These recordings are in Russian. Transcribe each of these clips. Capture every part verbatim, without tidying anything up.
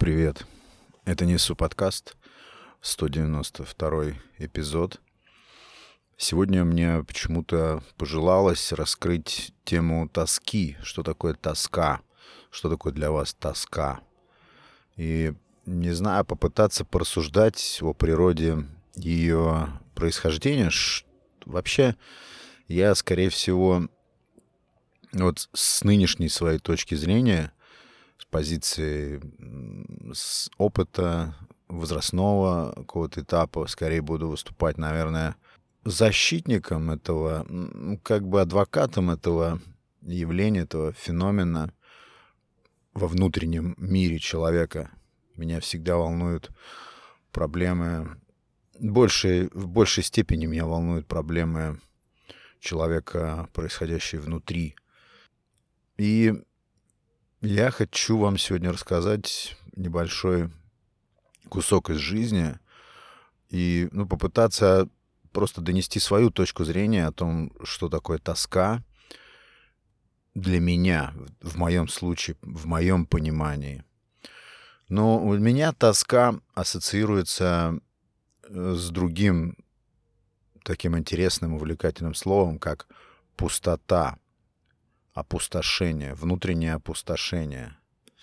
Привет. Это Несу подкаст, сто девяносто второй эпизод. Сегодня мне почему-то пожелалось раскрыть тему тоски. Что такое тоска? Что такое для вас тоска? И, не знаю, попытаться порассуждать о природе ее происхождения. Ш- Вообще, я, скорее всего, вот с нынешней своей точки зрения, с позиции м, с опыта возрастного какого-то этапа, скорее буду выступать, наверное, защитником этого, м, как бы адвокатом этого явления, этого феномена во внутреннем мире человека. Меня всегда волнуют проблемы, большей, в большей степени меня волнуют проблемы человека, происходящие внутри. И я хочу вам сегодня рассказать небольшой кусок из жизни и ну, попытаться просто донести свою точку зрения о том, что такое тоска для меня, в моем случае, в моем понимании. Но у меня тоска ассоциируется э, с другим таким интересным, увлекательным словом, как пустота, опустошение, внутреннее опустошение.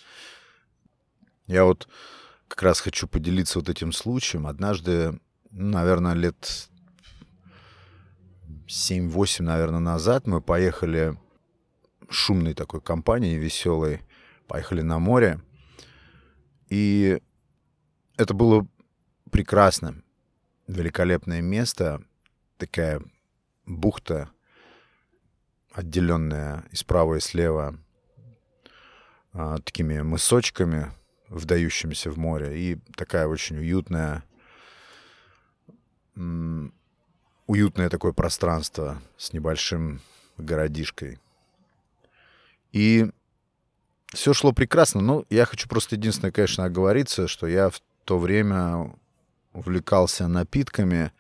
Я вот как раз хочу поделиться вот этим случаем. Однажды, ну, наверное, лет семь-восемь, наверное, назад мы поехали шумной такой компанией, веселой, поехали на море. И это было прекрасно, великолепное место, такая бухта, отделенная и справа, и слева а, такими мысочками, вдающимися в море, и такая очень уютная, м, уютное такое пространство с небольшим городишкой. И все шло прекрасно. Ну, я хочу просто единственное, конечно, оговориться, что я в то время увлекался напитками,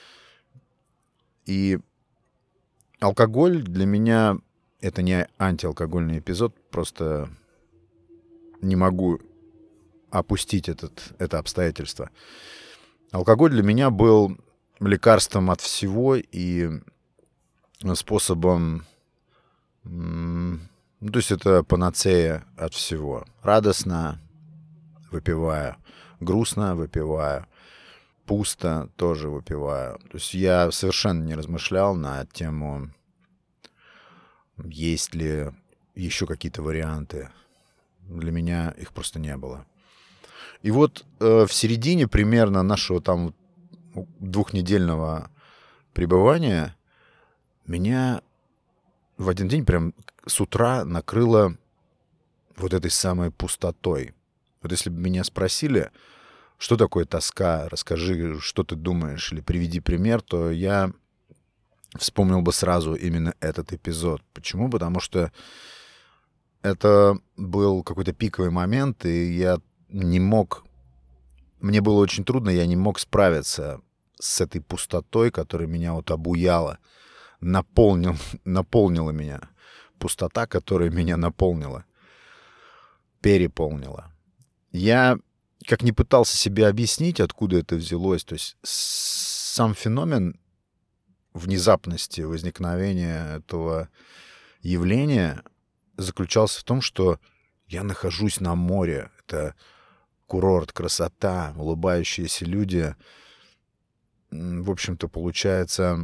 и алкоголь для меня — это не антиалкогольный эпизод, просто не могу опустить этот, это обстоятельство. Алкоголь для меня был лекарством от всего и способом... м, Ну, то есть это панацея от всего. Радостно — выпиваю, грустно — выпиваю, пусто — тоже выпиваю. То есть я совершенно не размышлял на тему, есть ли еще какие-то варианты. Для меня их просто не было. И вот э, в середине примерно нашего там двухнедельного пребывания меня в один день прям с утра накрыло вот этой самой пустотой. Вот если бы меня спросили, что такое тоска, расскажи, что ты думаешь, или приведи пример, то я вспомнил бы сразу именно этот эпизод. Почему? Потому что это был какой-то пиковый момент, и я не мог... Мне было очень трудно, я не мог справиться с этой пустотой, которая меня вот обуяла, наполнил, наполнила меня. Пустота, которая меня наполнила, переполнила. Я как не пытался себе объяснить, откуда это взялось. То есть сам феномен внезапности возникновения этого явления заключался в том, что я нахожусь на море. Это курорт, красота, улыбающиеся люди. М, В общем-то, получается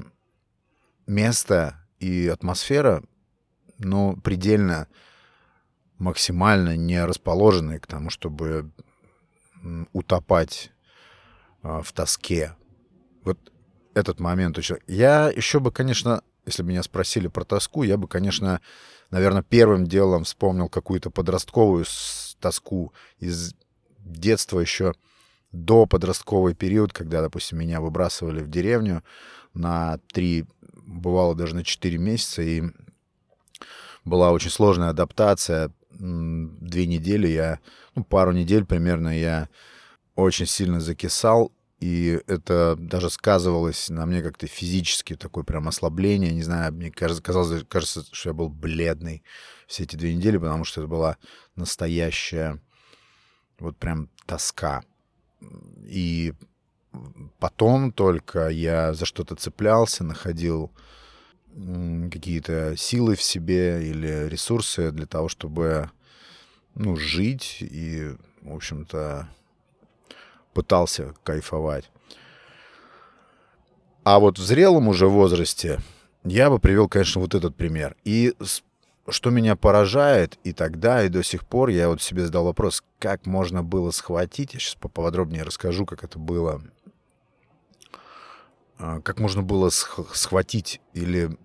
место и атмосфера, ну, предельно, максимально не расположенные к тому, чтобы м, утопать а, в тоске. Вот этот момент очень... Я еще бы, конечно, если бы меня спросили про тоску, я бы, конечно, наверное, первым делом вспомнил какую-то подростковую с- тоску из детства еще до подростковый период, когда, допустим, меня выбрасывали в деревню на три, бывало даже на четыре месяца, и была очень сложная адаптация. М, Две недели я, ну, пару недель примерно я очень сильно закисал, и это даже сказывалось на мне как-то физически, такое прям ослабление. Не знаю, мне кажется, казалось, кажется, что я был бледный все эти две недели, потому что это была настоящая Вот прям тоска. И потом только я за что-то цеплялся, находил какие-то силы в себе или ресурсы для того, чтобы, ну, жить и, в общем-то, пытался кайфовать. А вот в зрелом уже возрасте я бы привел, конечно, вот этот пример. И что меня поражает и тогда, и до сих пор, я вот себе задал вопрос, как можно было схватить, я сейчас поподробнее расскажу, как это было, как можно было схватить или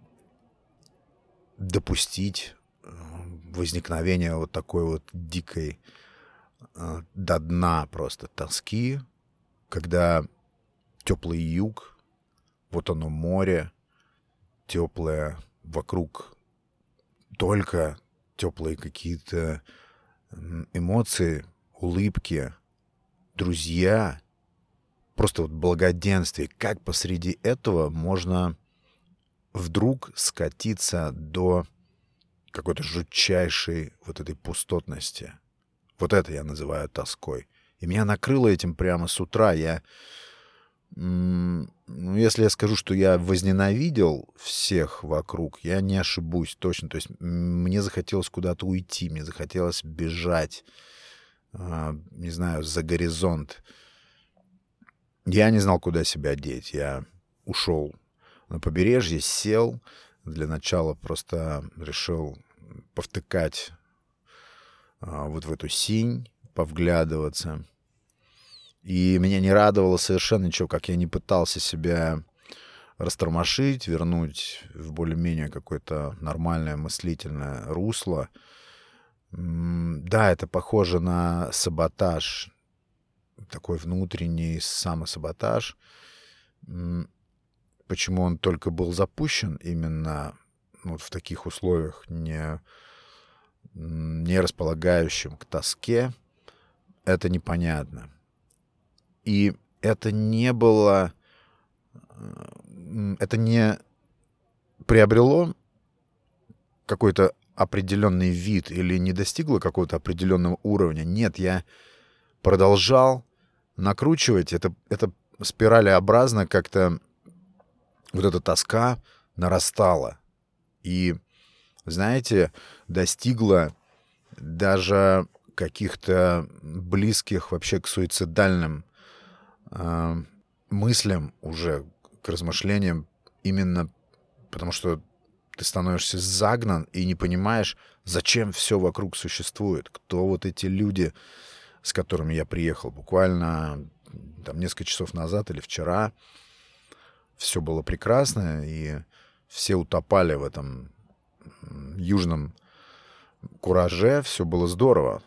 допустить возникновение вот такой вот дикой до дна просто тоски, когда теплый юг, вот оно море, теплое, вокруг только теплые какие-то эмоции, улыбки, друзья, просто вот благоденствие. Как посреди этого можно вдруг скатиться до какой-то жутчайшей вот этой пустотности. Вот это я называю тоской. И меня накрыло этим прямо с утра. Я, ну, если я скажу, что я возненавидел всех вокруг, я не ошибусь точно. То есть мне захотелось куда-то уйти, мне захотелось бежать, не знаю, за горизонт. Я не знал, куда себя деть. Я ушел на побережье, сел. Для начала просто решил повтыкать а, вот в эту синь, повглядываться. И меня не радовало совершенно ничего, как я не пытался себя растормошить, вернуть в более-менее какое-то нормальное мыслительное русло. Да, это похоже на саботаж, такой внутренний самосаботаж. Почему он только был запущен именно вот в таких условиях, не, не располагающим к тоске, это непонятно. И это не было, это не приобрело какой-то определенный вид или не достигло какого-то определенного уровня. Нет, я продолжал накручивать. Это, это спиралеобразно как-то вот эта тоска нарастала. И, знаете, достигла даже каких-то близких вообще к суицидальным э, мыслям уже, к размышлениям, именно потому что ты становишься загнан и не понимаешь, зачем все вокруг существует. Кто вот эти люди, с которыми я приехал буквально там несколько часов назад или вчера. Все было прекрасно, и все утопали в этом южном кураже, все было здорово.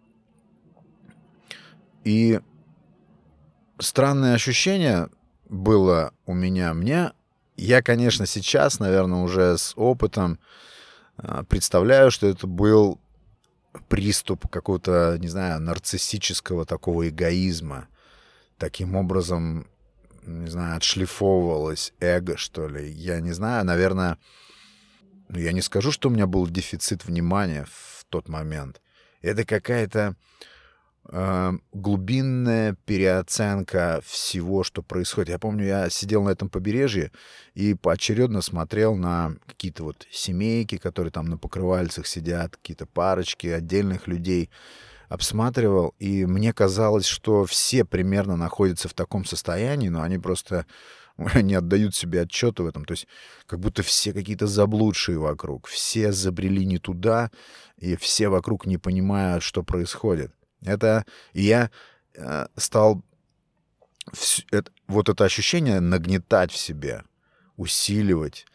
И странное ощущение было у меня. Мне, я, конечно, сейчас, наверное, уже с опытом представляю, что это был приступ какого-то, не знаю, нарциссического такого эгоизма. Таким образом, не знаю, отшлифовывалось эго, что ли. Я не знаю, наверное, ну, я не скажу, что у меня был дефицит внимания в тот момент. Это какая-то э, глубинная переоценка всего, что происходит. Я помню, я сидел на этом побережье и поочередно смотрел на какие-то вот семейки, которые там на покрывальцах сидят, какие-то парочки отдельных людей, обсматривал, и мне казалось, что все примерно находятся в таком состоянии, но они просто не отдают себе отчета в этом. То есть как будто все какие-то заблудшие вокруг, все забрели не туда, и все вокруг не понимают, что происходит. Это и я э, стал вс... это, вот это ощущение нагнетать в себе, усиливать.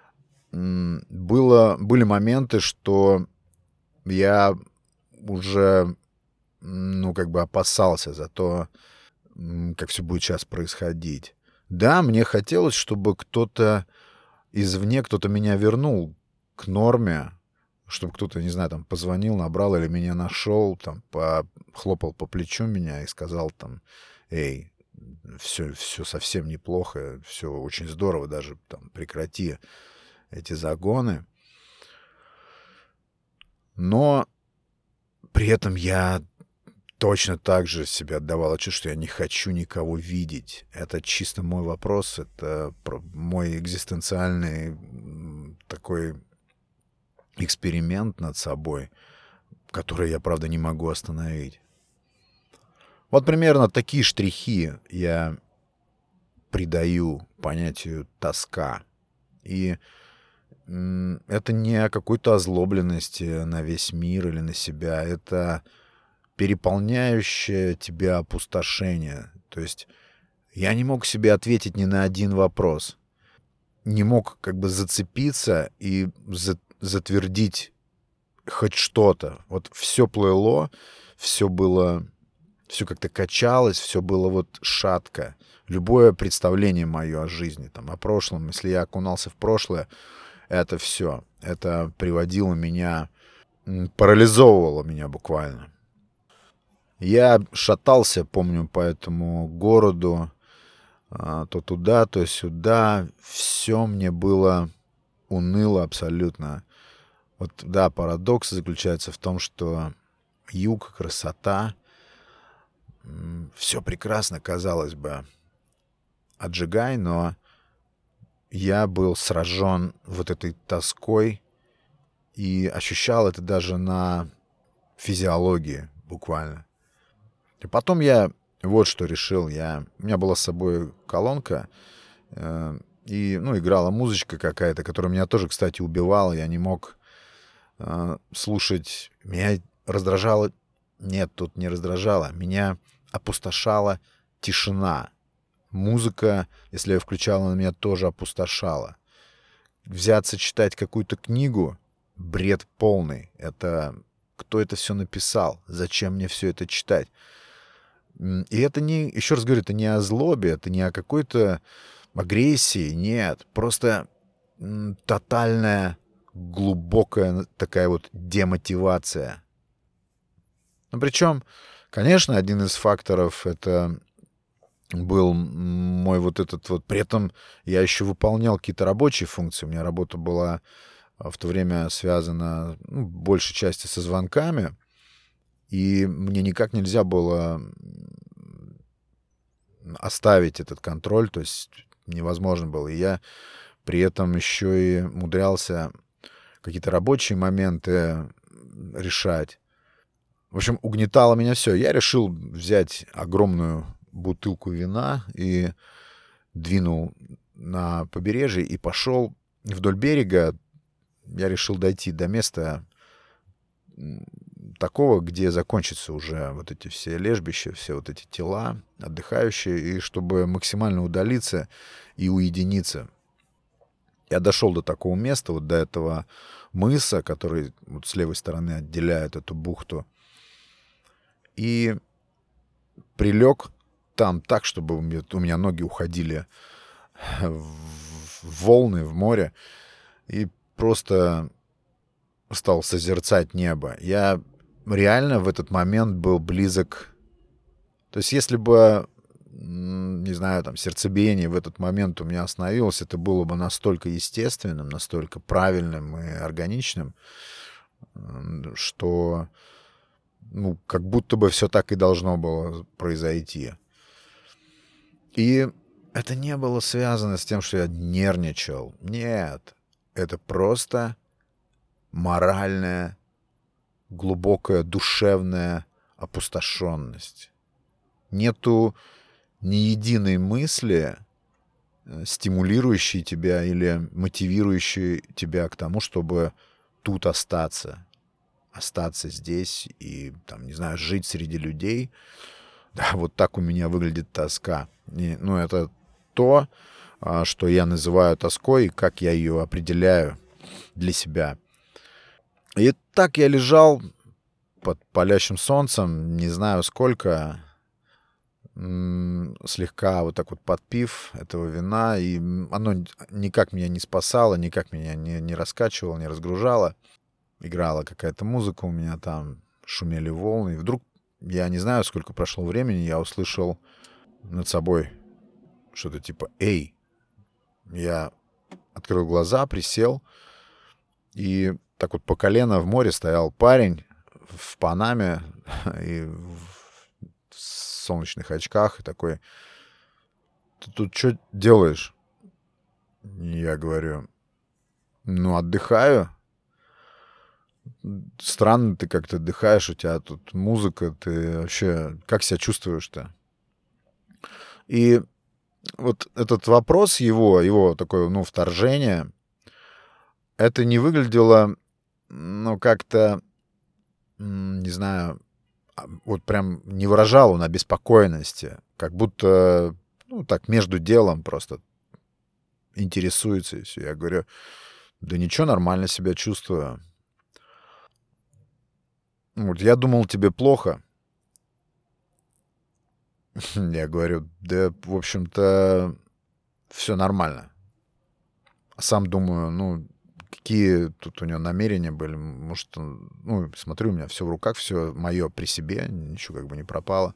Было, были моменты, что я уже, ну, как бы опасался за то, как все будет сейчас происходить. Да, мне хотелось, чтобы кто-то извне, кто-то меня вернул к норме, чтобы кто-то, не знаю, там, позвонил, набрал или меня нашел, там, похлопал по плечу меня и сказал, там, эй, все, все совсем неплохо, все очень здорово, даже, там, прекрати эти загоны. Но при этом я точно так же себе отдавал отчет, что я не хочу никого видеть. Это чисто мой вопрос, это мой экзистенциальный такой эксперимент над собой, который я, правда, не могу остановить. Вот примерно такие штрихи я придаю понятию тоска. И это не о какой-то озлобленности на весь мир или на себя, это переполняющее тебя опустошение. То есть я не мог себе ответить ни на один вопрос. Не мог как бы зацепиться и за, затвердить хоть что-то. Вот все плыло, все было, все как-то качалось, все было вот шатко. Любое представление мое о жизни, там, о прошлом, если я окунался в прошлое, это все. Это приводило меня, парализовывало меня буквально. Я шатался, помню, по этому городу, то туда, то сюда. Все мне было уныло абсолютно. Вот, да, парадокс заключается в том, что юг, красота, все прекрасно, казалось бы, отжигай, но я был сражен вот этой тоской и ощущал это даже на физиологии буквально. И потом я вот что решил. Я, у меня была с собой колонка, э, и, ну, играла музычка какая-то, которая меня тоже, кстати, убивала. Я не мог э, слушать. Меня раздражало... Нет, тут не раздражало. Меня опустошала тишина. Музыка, если я включал, она меня тоже опустошала. Взяться читать какую-то книгу — бред полный. Это... Кто это все написал? Зачем мне все это читать? И это не, еще раз говорю, это не о злобе, это не о какой-то агрессии, нет. Просто м, тотальная, глубокая такая вот демотивация. Ну, причем, конечно, один из факторов это был мой вот этот вот... При этом я еще выполнял какие-то рабочие функции. У меня работа была в то время связана, ну, большей части со звонками. И мне никак нельзя было оставить этот контроль, то есть невозможно было. И я при этом еще и умудрялся какие-то рабочие моменты решать. В общем, угнетало меня все. Я решил взять огромную бутылку вина и двинул на побережье и пошел вдоль берега. Я решил дойти до места такого, где закончатся уже вот эти все лежбища, все вот эти тела отдыхающие, и чтобы максимально удалиться и уединиться. Я дошел до такого места, вот до этого мыса, который вот с левой стороны отделяет эту бухту, и прилег там так, чтобы у меня, у меня ноги уходили в волны, в море, и просто стал созерцать небо. Я реально в этот момент был близок. То есть если бы, не знаю, там, сердцебиение в этот момент у меня остановилось, это было бы настолько естественным, настолько правильным и органичным, что, ну, как будто бы все так и должно было произойти. И это не было связано с тем, что я нервничал. Нет, это просто моральная, глубокая, душевная опустошенность. Нету ни единой мысли, стимулирующей тебя или мотивирующей тебя к тому, чтобы тут остаться. Остаться здесь и, там, не знаю, жить среди людей. Да, вот так у меня выглядит тоска. И, ну, это то, что я называю тоской, и как я ее определяю для себя. И так я лежал под палящим солнцем, не знаю сколько, слегка вот так вот подпив этого вина, и оно никак меня не спасало, никак меня не, не раскачивало, не разгружало. Играла какая-то музыка у меня там, шумели волны, и вдруг, я не знаю, сколько прошло времени, я услышал над собой что-то типа «Эй!». Я открыл глаза, присел, и так вот по колено в море стоял парень в панаме и солнечных очках и такой: ты тут что делаешь? Я говорю: ну, отдыхаю. Странно ты как-то отдыхаешь, у тебя тут музыка, ты вообще как себя чувствуешь-то? И вот этот вопрос его, его такое, ну, вторжение, это не выглядело, ну, как-то, не знаю, вот прям не выражал он обеспокоенности, как будто, ну, так, между делом просто интересуется и все. Я говорю: да ничего, нормально себя чувствую. Вот, я думал, тебе плохо. Я говорю: да, в общем-то, все нормально. Сам думаю, ну, какие тут у него намерения были. Может, он, ну, смотрю, у меня все в руках, все мое при себе, ничего как бы не пропало.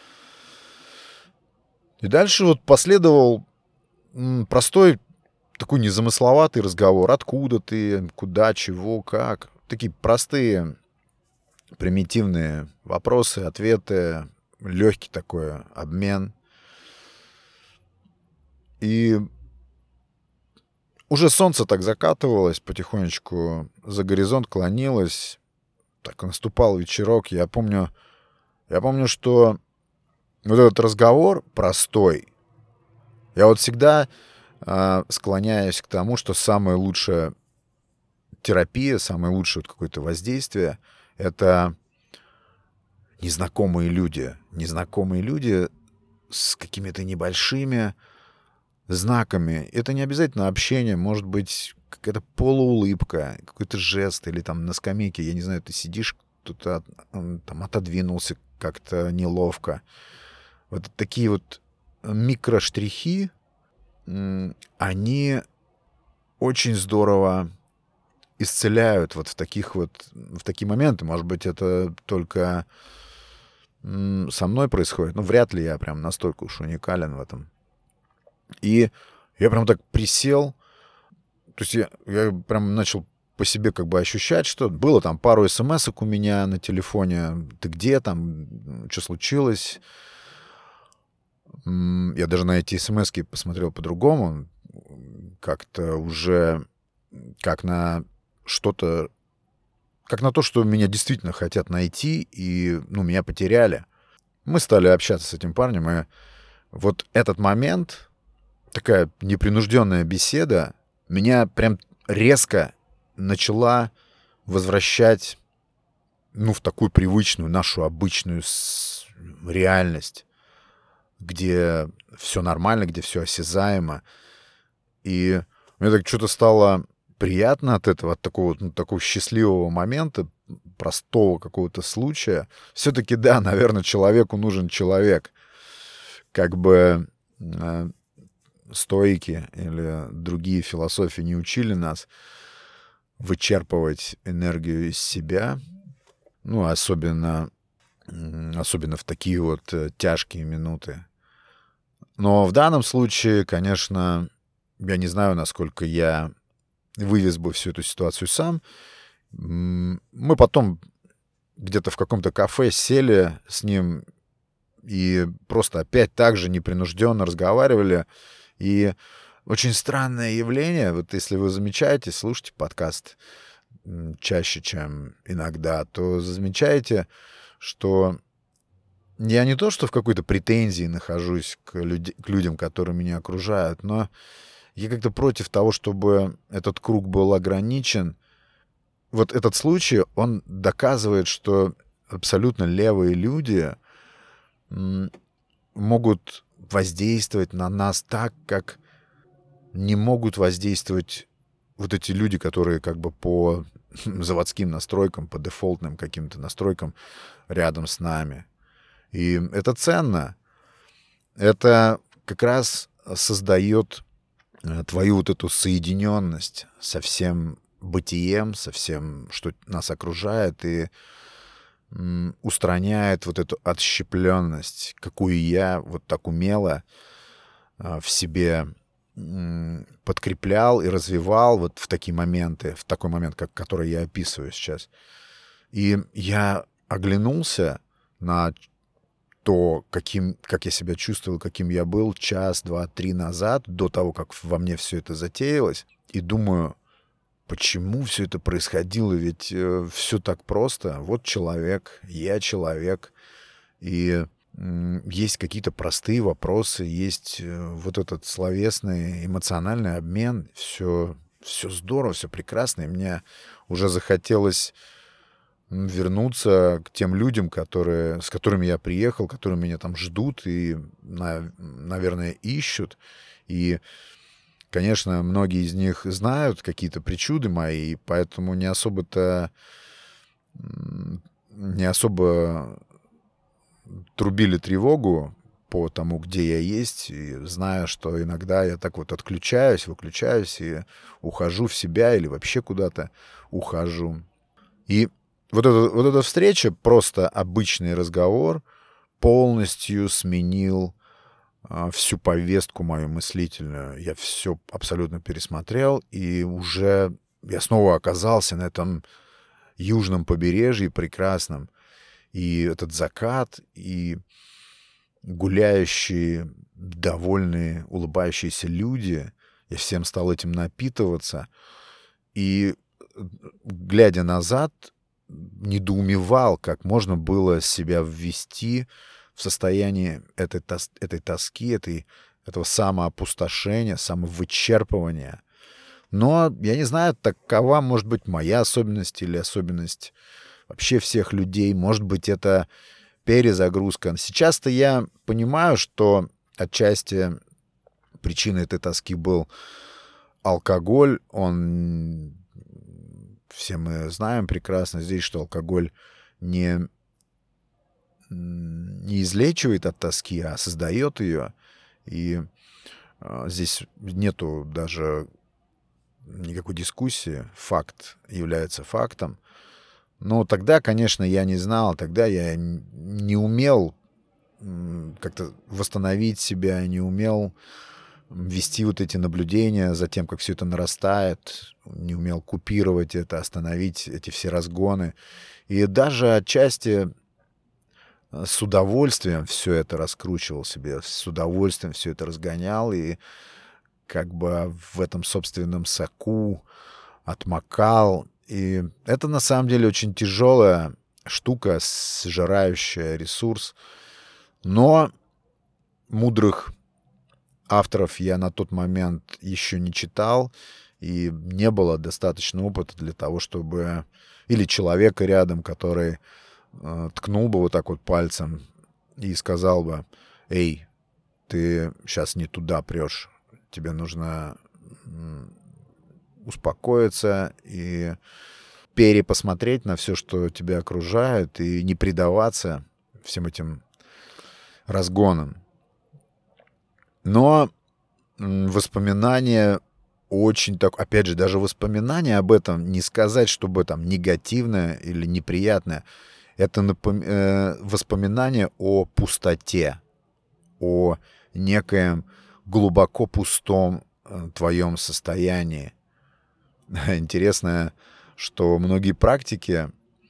И дальше вот последовал м, простой такой незамысловатый разговор. Откуда ты, куда, чего, как. Такие простые, примитивные вопросы, ответы, легкий такой обмен. И уже солнце так закатывалось потихонечку, за горизонт клонилось, так наступал вечерок. Я помню, я помню, что вот этот разговор простой, я вот всегда э, склоняюсь к тому, что самая лучшая терапия, самое лучшее вот какое-то воздействие — это незнакомые люди. Незнакомые люди с какими-то небольшими знаками. Это не обязательно общение, может быть, какая-то полуулыбка, какой-то жест, или там на скамейке, я не знаю, ты сидишь, кто-то там отодвинулся как-то неловко. Вот такие вот микроштрихи, они очень здорово исцеляют вот в таких вот, в такие моменты. Может быть, это только со мной происходит, но вряд ли я прям настолько уж уникален в этом. И я прям так присел, то есть я, я прям начал по себе как бы ощущать, что было там пару смс-ок у меня на телефоне, ты где там, что случилось. Я даже на эти смс-ки посмотрел по-другому, как-то уже как на что-то, как на то, что меня действительно хотят найти, и, ну, меня потеряли. Мы стали общаться с этим парнем, и вот этот момент, такая непринужденная беседа, меня прям резко начала возвращать, ну, в такую привычную, нашу обычную реальность, где все нормально, где все осязаемо. И мне так что-то стало приятно от этого, от такого, ну, такого счастливого момента, простого какого-то случая. Все-таки, да, наверное, человеку нужен человек. Как бы э, стоики или другие философии не учили нас вычерпывать энергию из себя, ну, особенно, особенно в такие вот тяжкие минуты. Но в данном случае, конечно, я не знаю, насколько я вывез бы всю эту ситуацию сам. Мы потом где-то в каком-то кафе сели с ним и просто опять так же непринужденно разговаривали. И очень странное явление, вот если вы замечаете, слушайте подкаст чаще, чем иногда, то замечаете, что я не то, что в какой-то претензии нахожусь к, люд... к людям, которые меня окружают, но я как-то против того, чтобы этот круг был ограничен. Вот этот случай, он доказывает, что абсолютно левые люди могут воздействовать на нас так, как не могут воздействовать вот эти люди, которые как бы по заводским настройкам, по дефолтным каким-то настройкам рядом с нами. И это ценно. Это как раз создает твою вот эту соединенность со всем бытием, со всем, что нас окружает, и м, устраняет вот эту отщепленность, какую я вот так умело а, в себе м, подкреплял и развивал вот в такие моменты, в такой момент, как, который я описываю сейчас. И я оглянулся на то, каким, как я себя чувствовал, каким я был час, два, три назад, до того, как во мне все это затеялось, и думаю, почему все это происходило, ведь э, все так просто. Вот человек, я человек, и м, есть какие-то простые вопросы, есть э, вот этот словесный, эмоциональный обмен, все, все здорово, все прекрасно, и мне уже захотелось м, вернуться к тем людям, которые, с которыми я приехал, которые меня там ждут и, на- наверное, ищут. И, конечно, многие из них знают какие-то причуды мои, и поэтому не особо-то м, не особо трубили тревогу по тому, где я есть, и зная, что иногда я так вот отключаюсь, выключаюсь и ухожу в себя или вообще куда-то ухожу. И вот эта, вот эта встреча, просто обычный разговор, полностью сменил а, всю повестку мою мыслительную. Я все абсолютно пересмотрел, и уже я снова оказался на этом южном побережье прекрасном. И этот закат, и гуляющие, довольные, улыбающиеся люди. Я всем стал этим напитываться. И, э, глядя назад, недоумевал, как можно было себя ввести в состояние этой, тос- этой тоски, этой, этого самоопустошения, самовычерпывания. Но, я не знаю, такова может быть моя особенность или особенность вообще всех людей. Может быть, это перезагрузка. Сейчас-то я понимаю, что отчасти причиной этой тоски был алкоголь. Он, все мы знаем прекрасно здесь, что алкоголь не, не излечивает от тоски, а создает ее. И а, здесь нету даже никакой дискуссии. Факт является фактом. Но тогда, конечно, я не знал, тогда я н- не умел м, как-то восстановить себя, не умел вести вот эти наблюдения за тем, как все это нарастает, не умел купировать это, остановить эти все разгоны. И даже отчасти э, с удовольствием все это раскручивал себе, с удовольствием все это разгонял и как бы в этом собственном соку отмокал. И это на самом деле очень тяжелая штука, сжирающая ресурс. Но мудрых авторов я на тот момент еще не читал, и не было достаточно опыта для того, чтобы... Или человека рядом, который э, ткнул бы вот так вот пальцем и сказал бы: «Эй, ты сейчас не туда прешь, тебе нужно м, успокоиться и перепосмотреть на все, что тебя окружает, и не предаваться всем этим разгонам». Но м, воспоминания очень так... Опять же, даже воспоминания об этом не сказать, чтобы там негативное или неприятное. Это напом- э, воспоминания о пустоте, о некоем глубоко пустом э, твоем состоянии. Интересно, что многие практики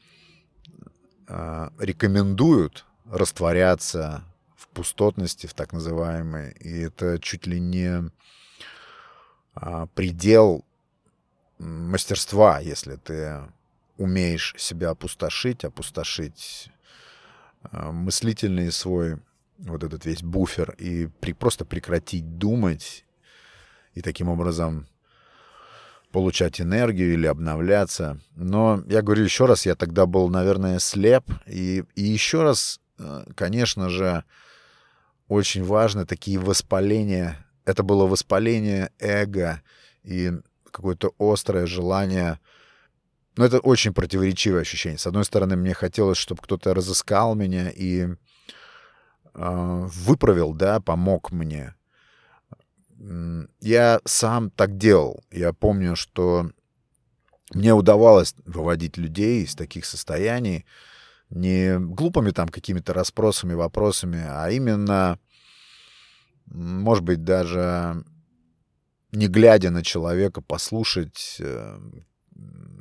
э, рекомендуют растворяться в пустотности, в так называемой. И это чуть ли не а, предел мастерства, если ты умеешь себя опустошить, опустошить а, мыслительный свой вот этот весь буфер и при, просто прекратить думать и таким образом получать энергию или обновляться. Но я говорю еще раз, я тогда был, наверное, слеп. И, и еще раз, э, конечно же, очень важны такие воспаления. Это было воспаление эго и какое-то острое желание. Но это очень противоречивое ощущение. С одной стороны, мне хотелось, чтобы кто-то разыскал меня и э, выправил, да, помог мне. М, Я сам так делал. Я помню, что мне удавалось выводить людей из таких состояний не глупыми там какими-то расспросами, вопросами, а именно, м, может быть, даже не глядя на человека, послушать, э, м,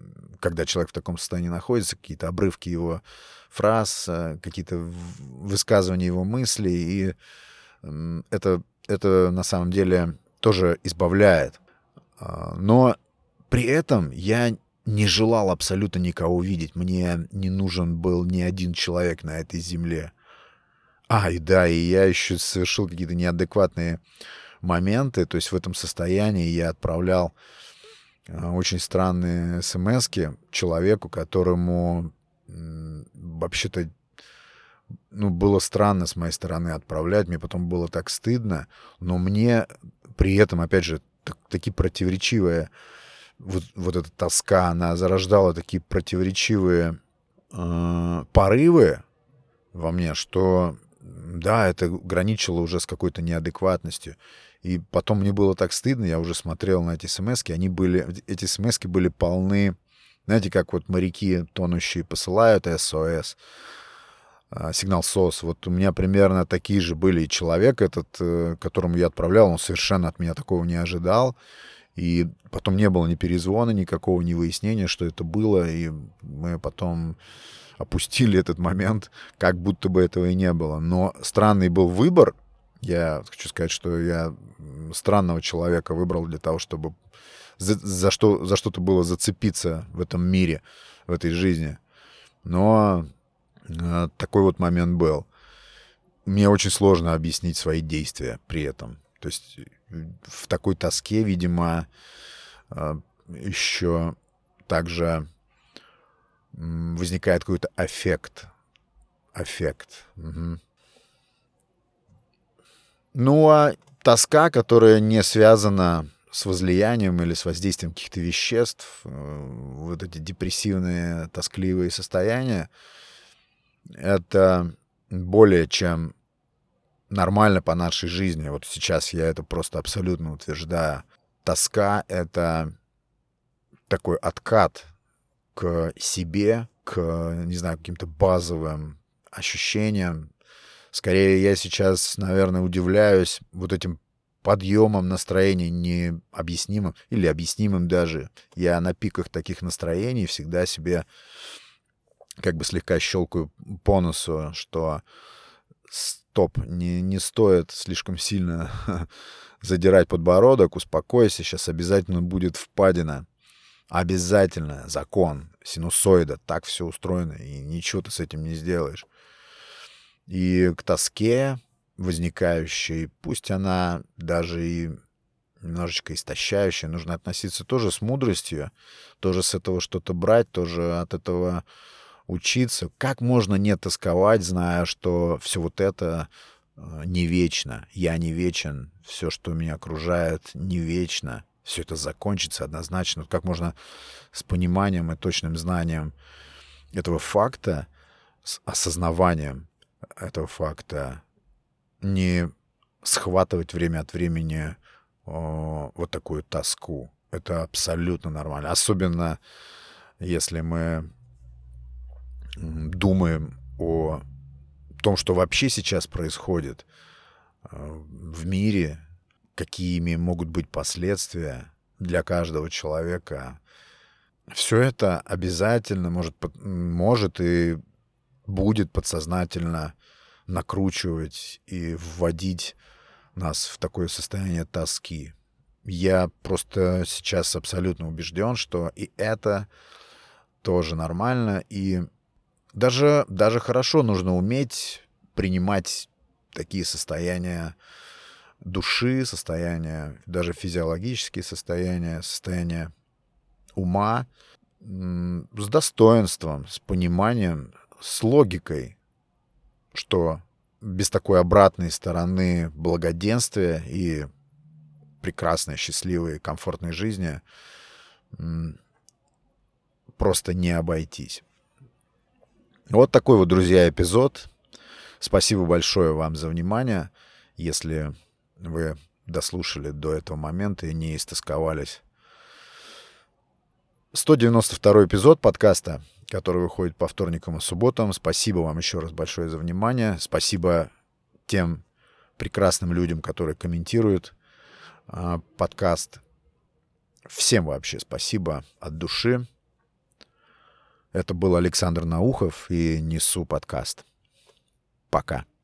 когда человек в таком состоянии находится, какие-то обрывки его фраз, какие-то высказывания его мыслей, и это, это на самом деле тоже избавляет. Но при этом я не желал абсолютно никого видеть. Мне не нужен был ни один человек на этой земле. А, и да, и я еще совершил какие-то неадекватные моменты. То есть в этом состоянии я отправлял очень странные смски человеку, которому вообще-то, ну, было странно с моей стороны отправлять. Мне потом было так стыдно. Но мне при этом, опять же, так, такие противоречивые... Вот, вот эта тоска, она зарождала такие противоречивые э, порывы во мне, что, да, это граничило уже с какой-то неадекватностью. И потом мне было так стыдно, я уже смотрел на эти смски, они были, эти смски были полны, знаете, как вот моряки тонущие посылают эс о эс, э, сигнал сос. Вот у меня примерно такие же были. И человек этот, э, которому я отправлял, он совершенно от меня такого не ожидал. И потом не было ни перезвона, никакого, ни выяснения, что это было. И мы потом опустили этот момент, как будто бы этого и не было. Но странный был выбор. Я хочу сказать, что я странного человека выбрал для того, чтобы за, за, что, за что-то было зацепиться в этом мире, в этой жизни. Но э, такой вот момент был. Мне очень сложно объяснить свои действия при этом. То есть в такой тоске, видимо, еще также возникает какой-то аффект. Аффект. Угу. Ну, а тоска, которая не связана с возлиянием или с воздействием каких-то веществ, вот эти депрессивные, тоскливые состояния, это более чем нормально по нашей жизни. Вот сейчас я это просто абсолютно утверждаю. Тоска — это такой откат к себе, к, не знаю, каким-то базовым ощущениям. Скорее, я сейчас, наверное, удивляюсь вот этим подъемом настроения необъяснимым или объяснимым даже. Я на пиках таких настроений всегда себе как бы слегка щелкаю по носу, что стоп, не, не стоит слишком сильно задирать подбородок, успокойся, сейчас обязательно будет впадина. Обязательно закон, синусоида, так все устроено, и ничего ты с этим не сделаешь. И к тоске возникающей, пусть она даже и немножечко истощающая, нужно относиться тоже с мудростью, тоже с этого что-то брать, тоже от этого учиться. Как можно не тосковать, зная, что все вот это не вечно, я не вечен, все, что меня окружает, не вечно, все это закончится однозначно. Как можно с пониманием и точным знанием этого факта, с осознаванием этого факта не схватывать время от времени о, вот такую тоску. Это абсолютно нормально. Особенно если мы думаем о том, что вообще сейчас происходит в мире, какими могут быть последствия для каждого человека. Все это обязательно может, может и будет подсознательно накручивать и вводить нас в такое состояние тоски. Я просто сейчас абсолютно убежден, что и это тоже нормально, и даже, даже хорошо нужно уметь принимать такие состояния души, состояния, даже физиологические состояния, состояния ума с достоинством, с пониманием, с логикой, что без такой обратной стороны благоденствия и прекрасной, счастливой, комфортной жизни просто не обойтись. Вот такой вот, друзья, эпизод. Спасибо большое вам за внимание. Если вы дослушали до этого момента и не истосковались. сто девяносто второй эпизод подкаста, который выходит по вторникам и субботам. Спасибо вам еще раз большое за внимание. Спасибо тем прекрасным людям, которые комментируют э, подкаст. Всем вообще спасибо от души. Это был Александр Наухов и Несу подкаст. Пока.